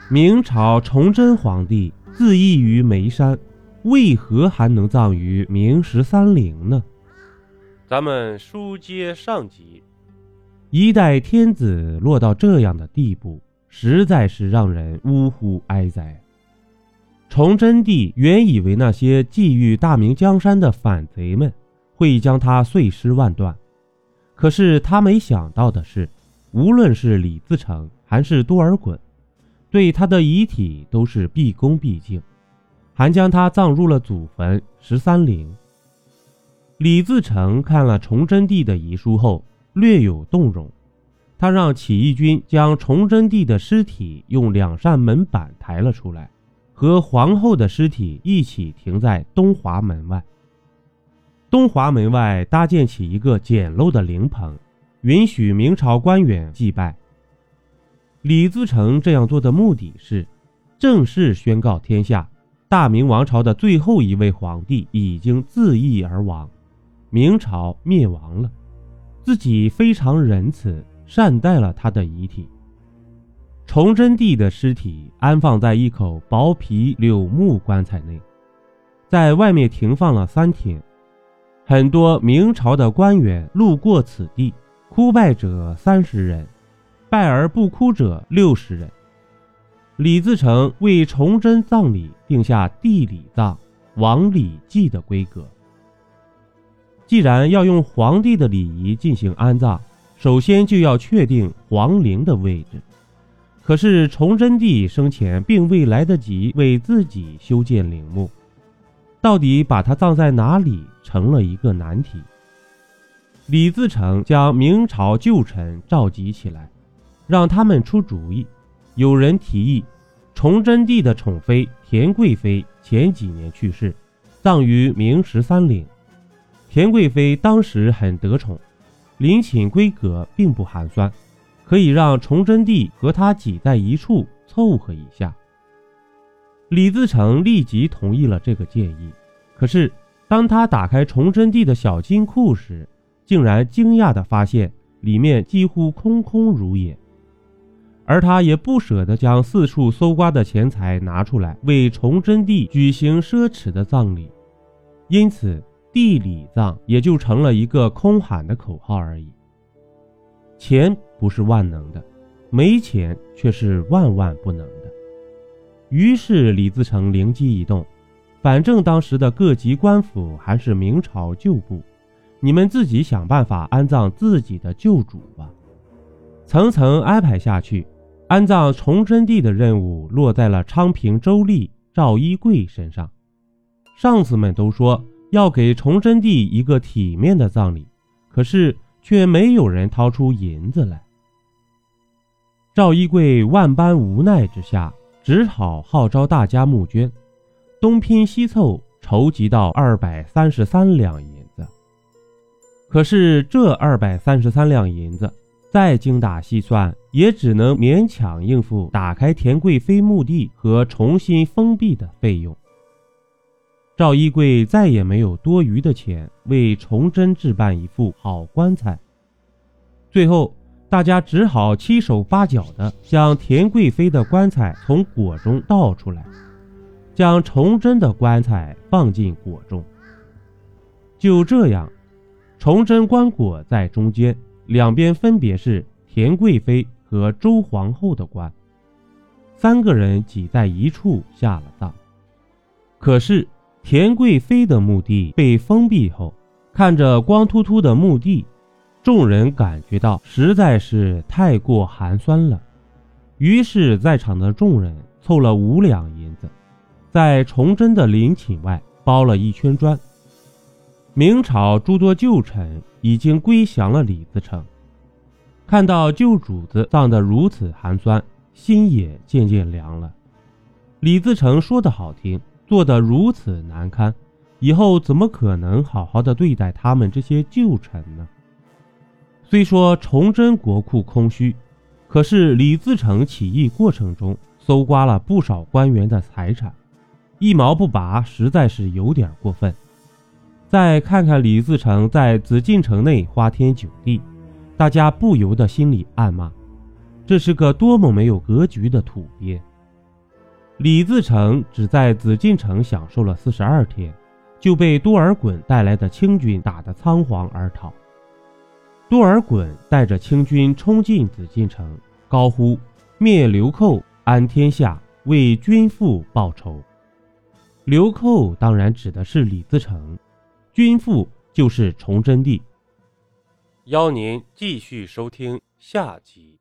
明朝崇祯皇帝自缢于眉山，为何还能葬于明13陵呢？咱们书接上集，一代天子落到这样的地步，实在是让人呜呼哀哉。崇祯帝原以为那些觊觎大明江山的反贼们会将他碎尸万段，可是他没想到的是，无论是李自成还是多尔衮，对他的遗体都是毕恭毕敬，还将他葬入了祖坟13陵。李自成看了崇祯帝的遗书后，略有动容，他让起义军将崇祯帝的尸体用2扇门板抬了出来，和皇后的尸体一起停在东华门外。东华门外搭建起一个简陋的灵棚，允许明朝官员祭拜。李自成这样做的目的是正式宣告天下，大明王朝的最后一位皇帝已经自缢而亡，明朝灭亡了，自己非常仁慈，善待了他的遗体。崇祯帝的尸体安放在一口薄皮柳木棺材内，在外面停放了3天。很多明朝的官员路过此地，哭拜者30人，拜而不哭者60人。李自成为崇祯葬礼定下帝礼葬、王礼祭的规格。既然要用皇帝的礼仪进行安葬，首先就要确定皇陵的位置。可是崇祯帝生前并未来得及为自己修建陵墓，到底把他葬在哪里成了一个难题。李自成将明朝旧臣召集起来，让他们出主意。有人提议，崇祯帝的宠妃田贵妃前几年去世，葬于明13陵。田贵妃当时很得宠，陵寝规格并不寒酸，可以让崇祯帝和他挤在一处凑合一下。李自成立即同意了这个建议，可是当他打开崇祯帝的小金库时，竟然惊讶地发现里面几乎空空如也，而他也不舍得将四处搜刮的钱财拿出来为崇祯帝举行奢侈的葬礼，因此帝礼葬也就成了一个空喊的口号而已。钱不是万能的，没钱却是万万不能的。于是李自成灵机一动，反正当时的各级官府还是明朝旧部，你们自己想办法安葬自己的旧主吧。层层安排下去，安葬崇祯帝的任务落在了昌平州吏赵一贵身上。上司们都说要给崇祯帝一个体面的葬礼，可是却没有人掏出银子来。赵一贵万般无奈之下，只好号召大家募捐，东拼西凑，筹集到233两银子。可是这233两银子再精打细算，也只能勉强应付打开田贵妃墓地和重新封闭的费用。赵一贵再也没有多余的钱为崇祯置办一副好棺材，最后大家只好七手八脚地将田贵妃的棺材从椁中倒出来，将崇祯的棺材放进椁中。就这样，崇祯棺椁在中间，两边分别是田贵妃和周皇后的棺，3个人挤在一处下了葬。可是田贵妃的墓地被封闭后，看着光秃秃的墓地，众人感觉到实在是太过寒酸了。于是在场的众人凑了5两银子，在崇祯的陵寝外包了一圈砖。明朝诸多旧臣已经归降了李自成，看到旧主子葬得如此寒酸，心也渐渐凉了。李自成说得好听，做得如此难堪，以后怎么可能好好的对待他们这些旧臣呢？虽说崇祯国库空虚，可是李自成起义过程中搜刮了不少官员的财产，一毛不拔，实在是有点过分。再看看李自成在紫禁城内花天酒地，大家不由得心里暗骂，这是个多么没有格局的土鳖。 李自成只在紫禁城享受了42天，就被多尔衮带来的清军打得仓皇而逃。多尔衮带着清军冲进紫禁城，高呼灭流寇，安天下，为君父报仇。流寇当然指的是李自成，君父就是崇祯帝。邀您继续收听下集。